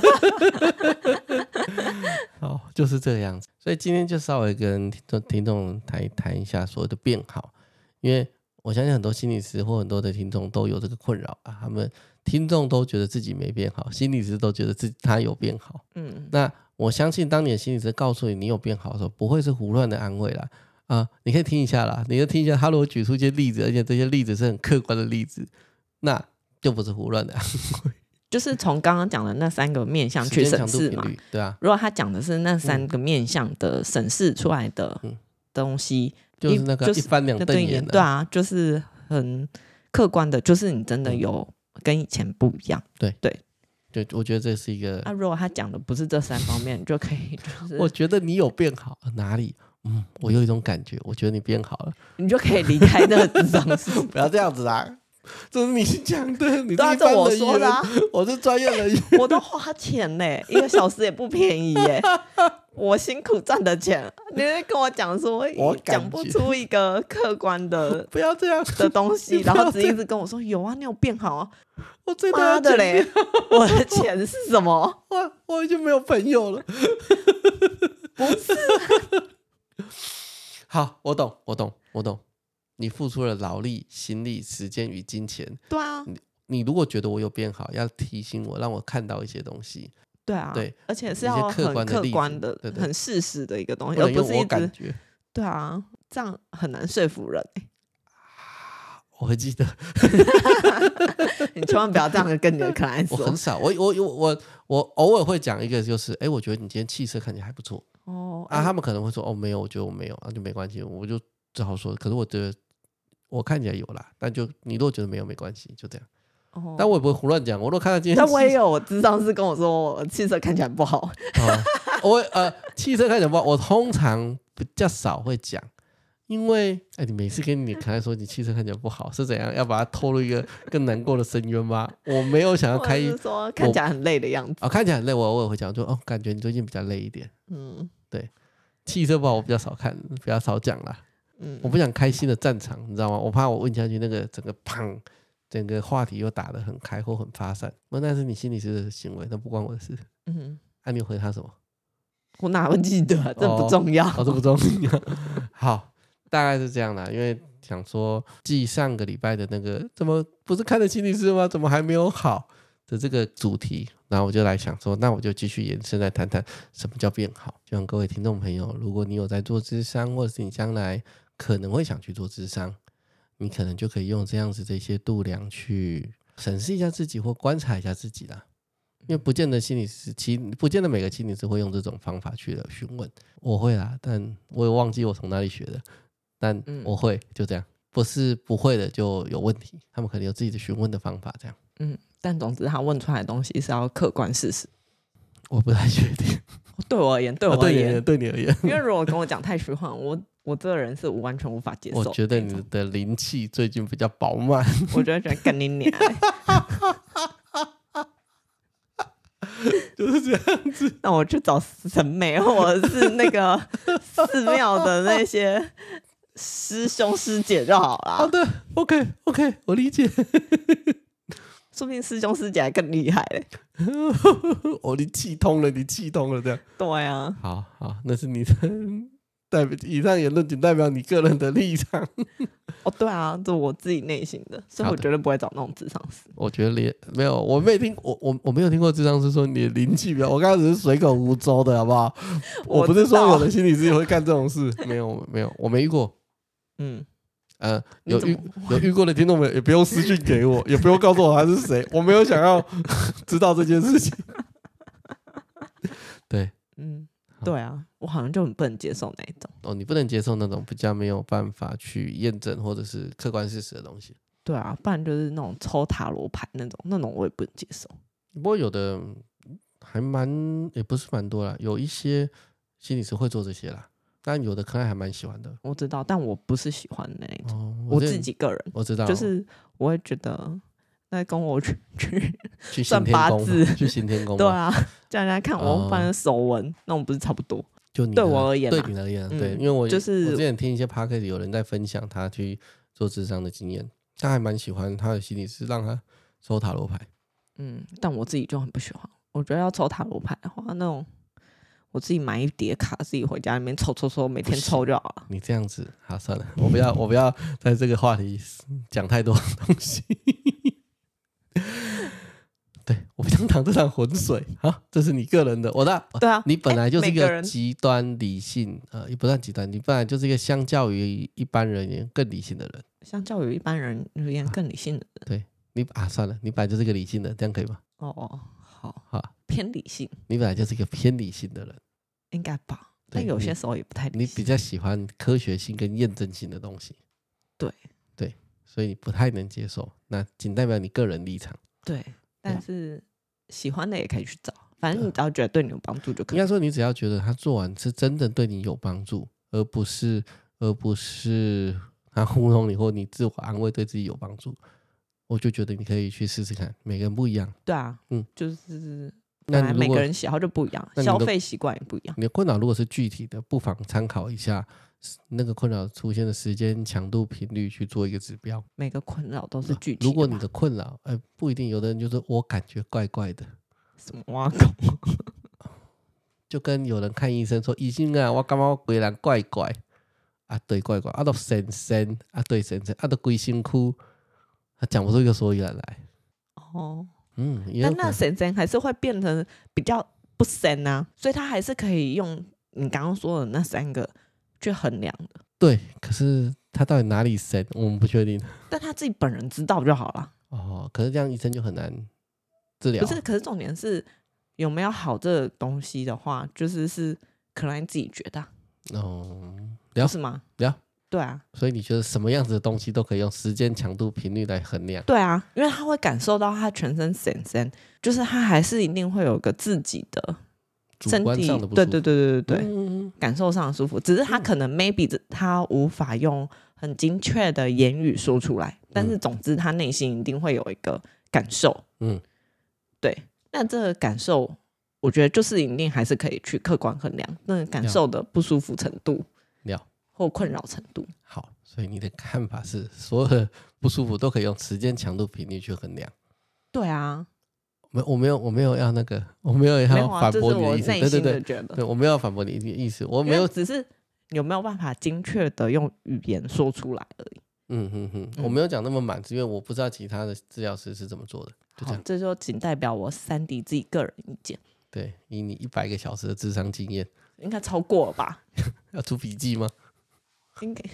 好，就是这个样子。所以今天就稍微跟听众谈一下所谓的变好，因为我相信很多心理师或很多的听众都有这个困扰啊，他们听众都觉得自己没变好，心理师都觉得他有变好。那我相信当你的心理师告诉你有变好的时候，不会是胡乱的安慰啦。你可以听一下啦，你就听一下他如果举出一些例子，而且这些例子是很客观的例子，那就不是胡乱的安慰。 就是从刚刚讲的那3个面向去审视嘛， 对啊。 如果他讲的是那3个面向的审视出来的东西， 就是那个一翻两瞪眼的， 对啊，就是很客观的，就是你真的有跟以前不一样。对， 我觉得这是一个。 如果他讲的不是这3方面，你就可以就是我觉得你有变好哪里？我有一种感觉，我觉得你变好了， 你就可以离开那个諮商室。 不要这样子啦。这是你讲的，你是一般这我人说的我是专业人员。 我都花钱呢，1个小时也不便宜耶。我辛苦赚的钱，你会跟我讲说讲不出一个客观的不要这样的东西，然后只一直跟我说有啊，你有变好啊。 我最妈的嘞，我的钱是什么？ 我已经没有朋友了。 不是。 好，我懂。你付出了劳力、心力、时间与金钱。 对啊。 你如果觉得我有变好，要提醒我，让我看到一些东西。 对啊， 对， 而且是要很客观的、很事实的一个东西， 而不是一直感觉。 对啊，这样很难说服人。 我会记得。 你千万不要这样跟你的可爱说。 我很少，我偶尔会讲一个，就是我觉得你今天气色看起来还不错。他们可能会说没有，我觉得我没有，就没关系，我就只好说，可是我觉得我看起来有啦，但就你如果觉得没有没关系，就这样。但我也不会胡乱讲，我如果看到今天， 但我也有我諮商师跟我说我气色看起来不好。 气色看起来不好，我通常比较少会讲，因为你每次跟你可爱说你气色看起来不好是怎样，要把它拖入一个更难过的深渊吗？我没有想要开， 是说看起来很累的样子。 看起来很累，我偶尔会讲，就感觉你最近比较累一点。对，气色不好我比较少看，比较少讲啦。我不想开心的战场，你知道吗？我怕我问下去那个整个砰，整个话题又打得很开或很发散。那是你心理师的行为，那不关我的事。你回他什么？ 我哪会记得？这不重要。 这不重要。好，大概是这样啦。因为想说，继上个礼拜的那个怎么不是看了心理师吗？怎么还没有好的这个主题，然后我就来想说，那我就继续延伸来谈谈什么叫变好。希望各位听众朋友，如果你有在做諮商，或者是你将来可能会想去做諮商，你可能就可以用这样子的一些度量去审视一下自己或观察一下自己啦。因为不见得心理师，不见得每个心理师会用这种方法去询问。我会啦，但我也忘记我从哪里学的，但我会，就这样。不是不会的就有问题，他们可能有自己的询问的方法，这样。 但总之他问出来的东西是要客观事实。 我不太确定。 对我而言，对你而言， 因为如果跟我讲太虚幻，我这个人是完全无法接受。 我觉得你的灵气最近比较饱满。 我就觉得干你娘。 就是这样子。 那我去找神美，或者是那个寺庙的那些师兄师姐就好了。 好的 ，OK， 我理解。 说不定师兄师姐还更厉害嘞。 你气通了，这样。 对啊。 好，那是你的以上言论仅代表你个人的立场。 对啊，这我自己内心的，所以我绝对不会找那种諮商师。 我觉得没有，我没听，我没有听过諮商师说你的灵气比较，我刚才只是随口胡诌的好不好？我不是说有的心理师也会干这种事，没有，我没遇过。有遇过的听众们也不用私讯给我，也不用告诉我他是谁，我没有想要知道这件事情。对， 对啊，我好像就很不能接受那一种。 你不能接受那种比较没有办法去验证或者是客观事实的东西。 对啊，不然就是那种抽塔罗牌那种我也不能接受。 不过有的还也不是蛮多啦，有一些心理师会做这些啦，但有的可能还蛮喜欢的。 我知道，但我不是喜欢的那一种。 我自己个人我知道， 就是我会觉得那跟我去算行天宫八字， 去行天宫， 对啊，叫人家看我反正手纹那种不是差不多？ 就你对我而言啊， 对你而言，对，因为我之前听一些 podcast 有人在分享他去做智商的经验，他还蛮喜欢他的心理师让他抽塔罗牌。 但我自己就很不喜欢。我觉得要抽塔罗牌的话，那种我自己买一叠卡，自己回家里面抽，每天抽就好了。 你这样子，好算了，我不要在这个话题讲太多东西。对，我不想淌这场浑水啊！这是你个人的， 对啊， 你本来就是一个极端理性，也不算极端，你本来就是一个相较于一般人也更理性的人， 相较于一般人而言更理性的人。 对你算了，你本来就是一个理性的，这样可以吗？ 好，偏理性， 你本来就是一个偏理性的人， 应该吧？但有些时候也不太理性。 你比较喜欢科学性跟验证性的东西，对，所以你不太能接受，那仅代表你个人立场， 对。但是喜欢的也可以去找，反正你只要觉得对你有帮助就可以。 应该说，你只要觉得他做完是真的对你有帮助，而不是他糊弄你或你自我安慰对自己有帮助，我就觉得你可以去试试看。每个人不一样， 对啊，就是本来每个人喜好就不一样，消费习惯也不一样。 你的困扰如果是具体的，不妨参考一下那个困扰出现的时间、强度、频率去做一个指标。 每个困扰都是具体的。 如果你的困扰，不一定，有的人就是我感觉怪怪的， 什么挖狗？ 就跟有人看医生说：“医生啊，我感觉我规人怪怪啊，对怪怪，都神神啊，对神神啊，都规身躯，他讲不出一个所以然来。” 但那神神还是会变成比较不神啊，所以他还是可以用你刚刚说的那3个去衡量的。 对，可是他到底哪里神，我们不确定。 但他自己本人知道就好了。 可是这样医生就很难治疗。 可是重点是有没有好这个东西的话，是可能你自己觉得。不是吗？对啊。 所以你觉得什么样子的东西都可以用时间、强度、频率来衡量？ 对啊，因为他会感受到他全身神，就是他还是一定会有个自己的身体上的不舒服，对，感受上的舒服，只是他可能 maybe 他无法用很精确的言语说出来，但是总之他内心一定会有一个感受，对，那这个感受我觉得就是一定还是可以去客观衡量那个感受的不舒服程度或困扰程度。 好，所以你的看法是所有的不舒服都可以用时间、强度、频率去衡量。 对啊， 我没有要那个，我没有要反驳你的意思。对，我没有要反驳你的意思，我没有， 只是有没有办法精确的用语言说出来而已。 我没有讲那么满，因为我不知道其他的治疗师是怎么做的。就这样， 这就仅代表我3D 自己个人意见。 对，以你100个小时的智商经验， 应该超过了吧？ 要出笔记吗？ 应该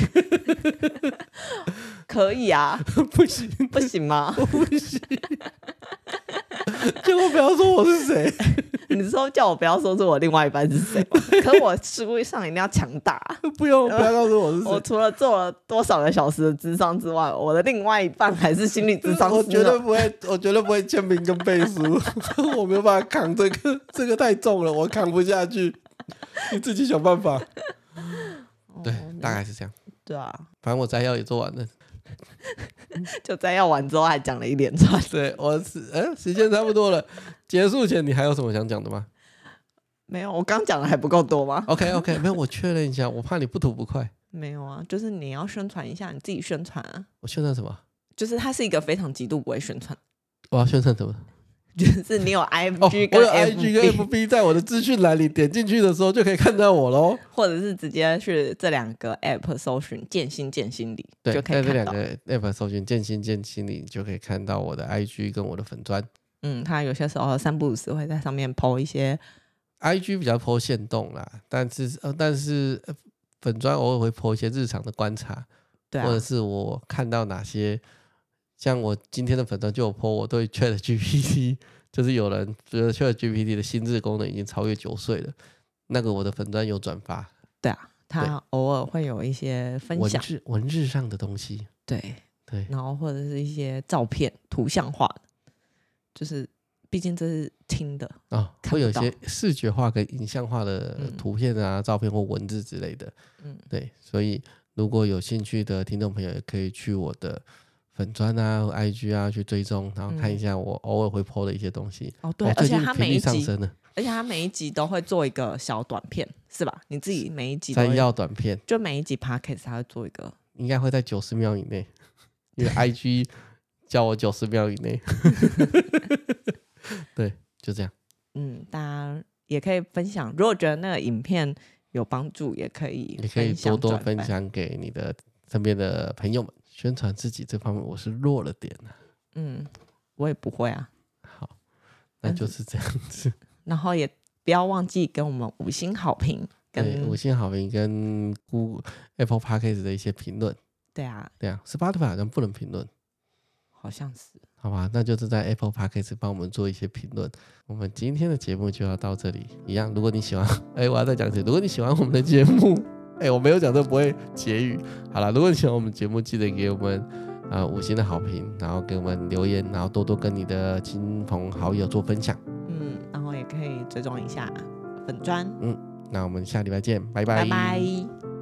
可以啊。不行吗？ 不行。叫我不要说我是谁。 你说叫我不要说是我另外一半是谁吗？可是我书上一定要强大。 不要告诉我是谁。 我除了做了多少个小时的諮商之外，我的另外一半还是心理諮商师。 我绝对不会签名跟背书。我没有办法扛这个太重了，我扛不下去。你自己想办法。对，大概是这样。 对啊， 反正我摘要也做完了。 就摘要完之后还讲了一连串。 对，时间差不多了，结束前你还有什么想讲的吗？ 没有，我刚讲的还不够多吗 ？OK， 没有，我确认一下，我怕你不吐不快。 没有啊，就是你要宣传一下，你自己宣传啊。 我宣传什么？ 就是它是一个非常极度不会宣传。 我要宣传什么？ 就是你有 IG 跟 FB， 我有 IG 跟 FB 在我的资讯栏里，点进去的时候就可以看到我咯。 或者是直接去这2个 App 搜寻健心理， 对， 就可以看到。 在这2个 App 搜寻健心理，你就可以看到我的 IG 跟我的粉专。 他有些时候3不5时会在上面 po 一些 IG 比较 po 限动啦，但是粉专偶尔会 po 一些日常的观察，或者是我看到哪些。像我今天的粉专就有 po 我对 ChatGPT， 就是有人觉得 ChatGPT 的心智功能已经超越9岁了，那个我的粉专有转发。 对啊，他偶尔会有一些分享文字上的东西。 对， 对， 然后或者是一些照片图像化的，就是毕竟这是听的哦， 看不到会有一些视觉化跟影像化的图片啊、照片或文字之类的。对，所以如果有兴趣的听众朋友，也可以去我的粉专啊、IG 啊去追踪，然后看一下我偶尔会 po 的一一些东西。 哦，对，而最近且他频率每一集， 上升了， 而且他每一集都会做一个小短片，是吧？你自己每一集都摘会， 要短片就每一集 podcast 他会做一个， 应该会在90秒以内，因为 IG 叫我90秒以内。对，就这样。 大家也可以分享，如果觉得那个影片有帮助，也可以多多分转发。 享给你的身边的朋友们，宣传自己这方面我是弱了点啊。 我也不会啊。 好，那就是这样子。 然后也不要忘记给我们5星好评， 对，5星好评跟 Apple Podcast 的一些评论。 对啊 ，Spotify 好像不能评论， 好像是。 好吧，那就是在 Apple Podcast 帮我们做一些评论。我们今天的节目就要到这里。一样，如果你喜欢，我要再讲一次，如果你喜欢我们的节目，我没有讲这不会结语。好了，如果你喜欢我们节目，记得给我们5星的好评，然后给我们留言，然后多多跟你的亲朋好友做分享。 然后也可以追踪一下粉专。 那我们下礼拜见，拜拜。 拜拜。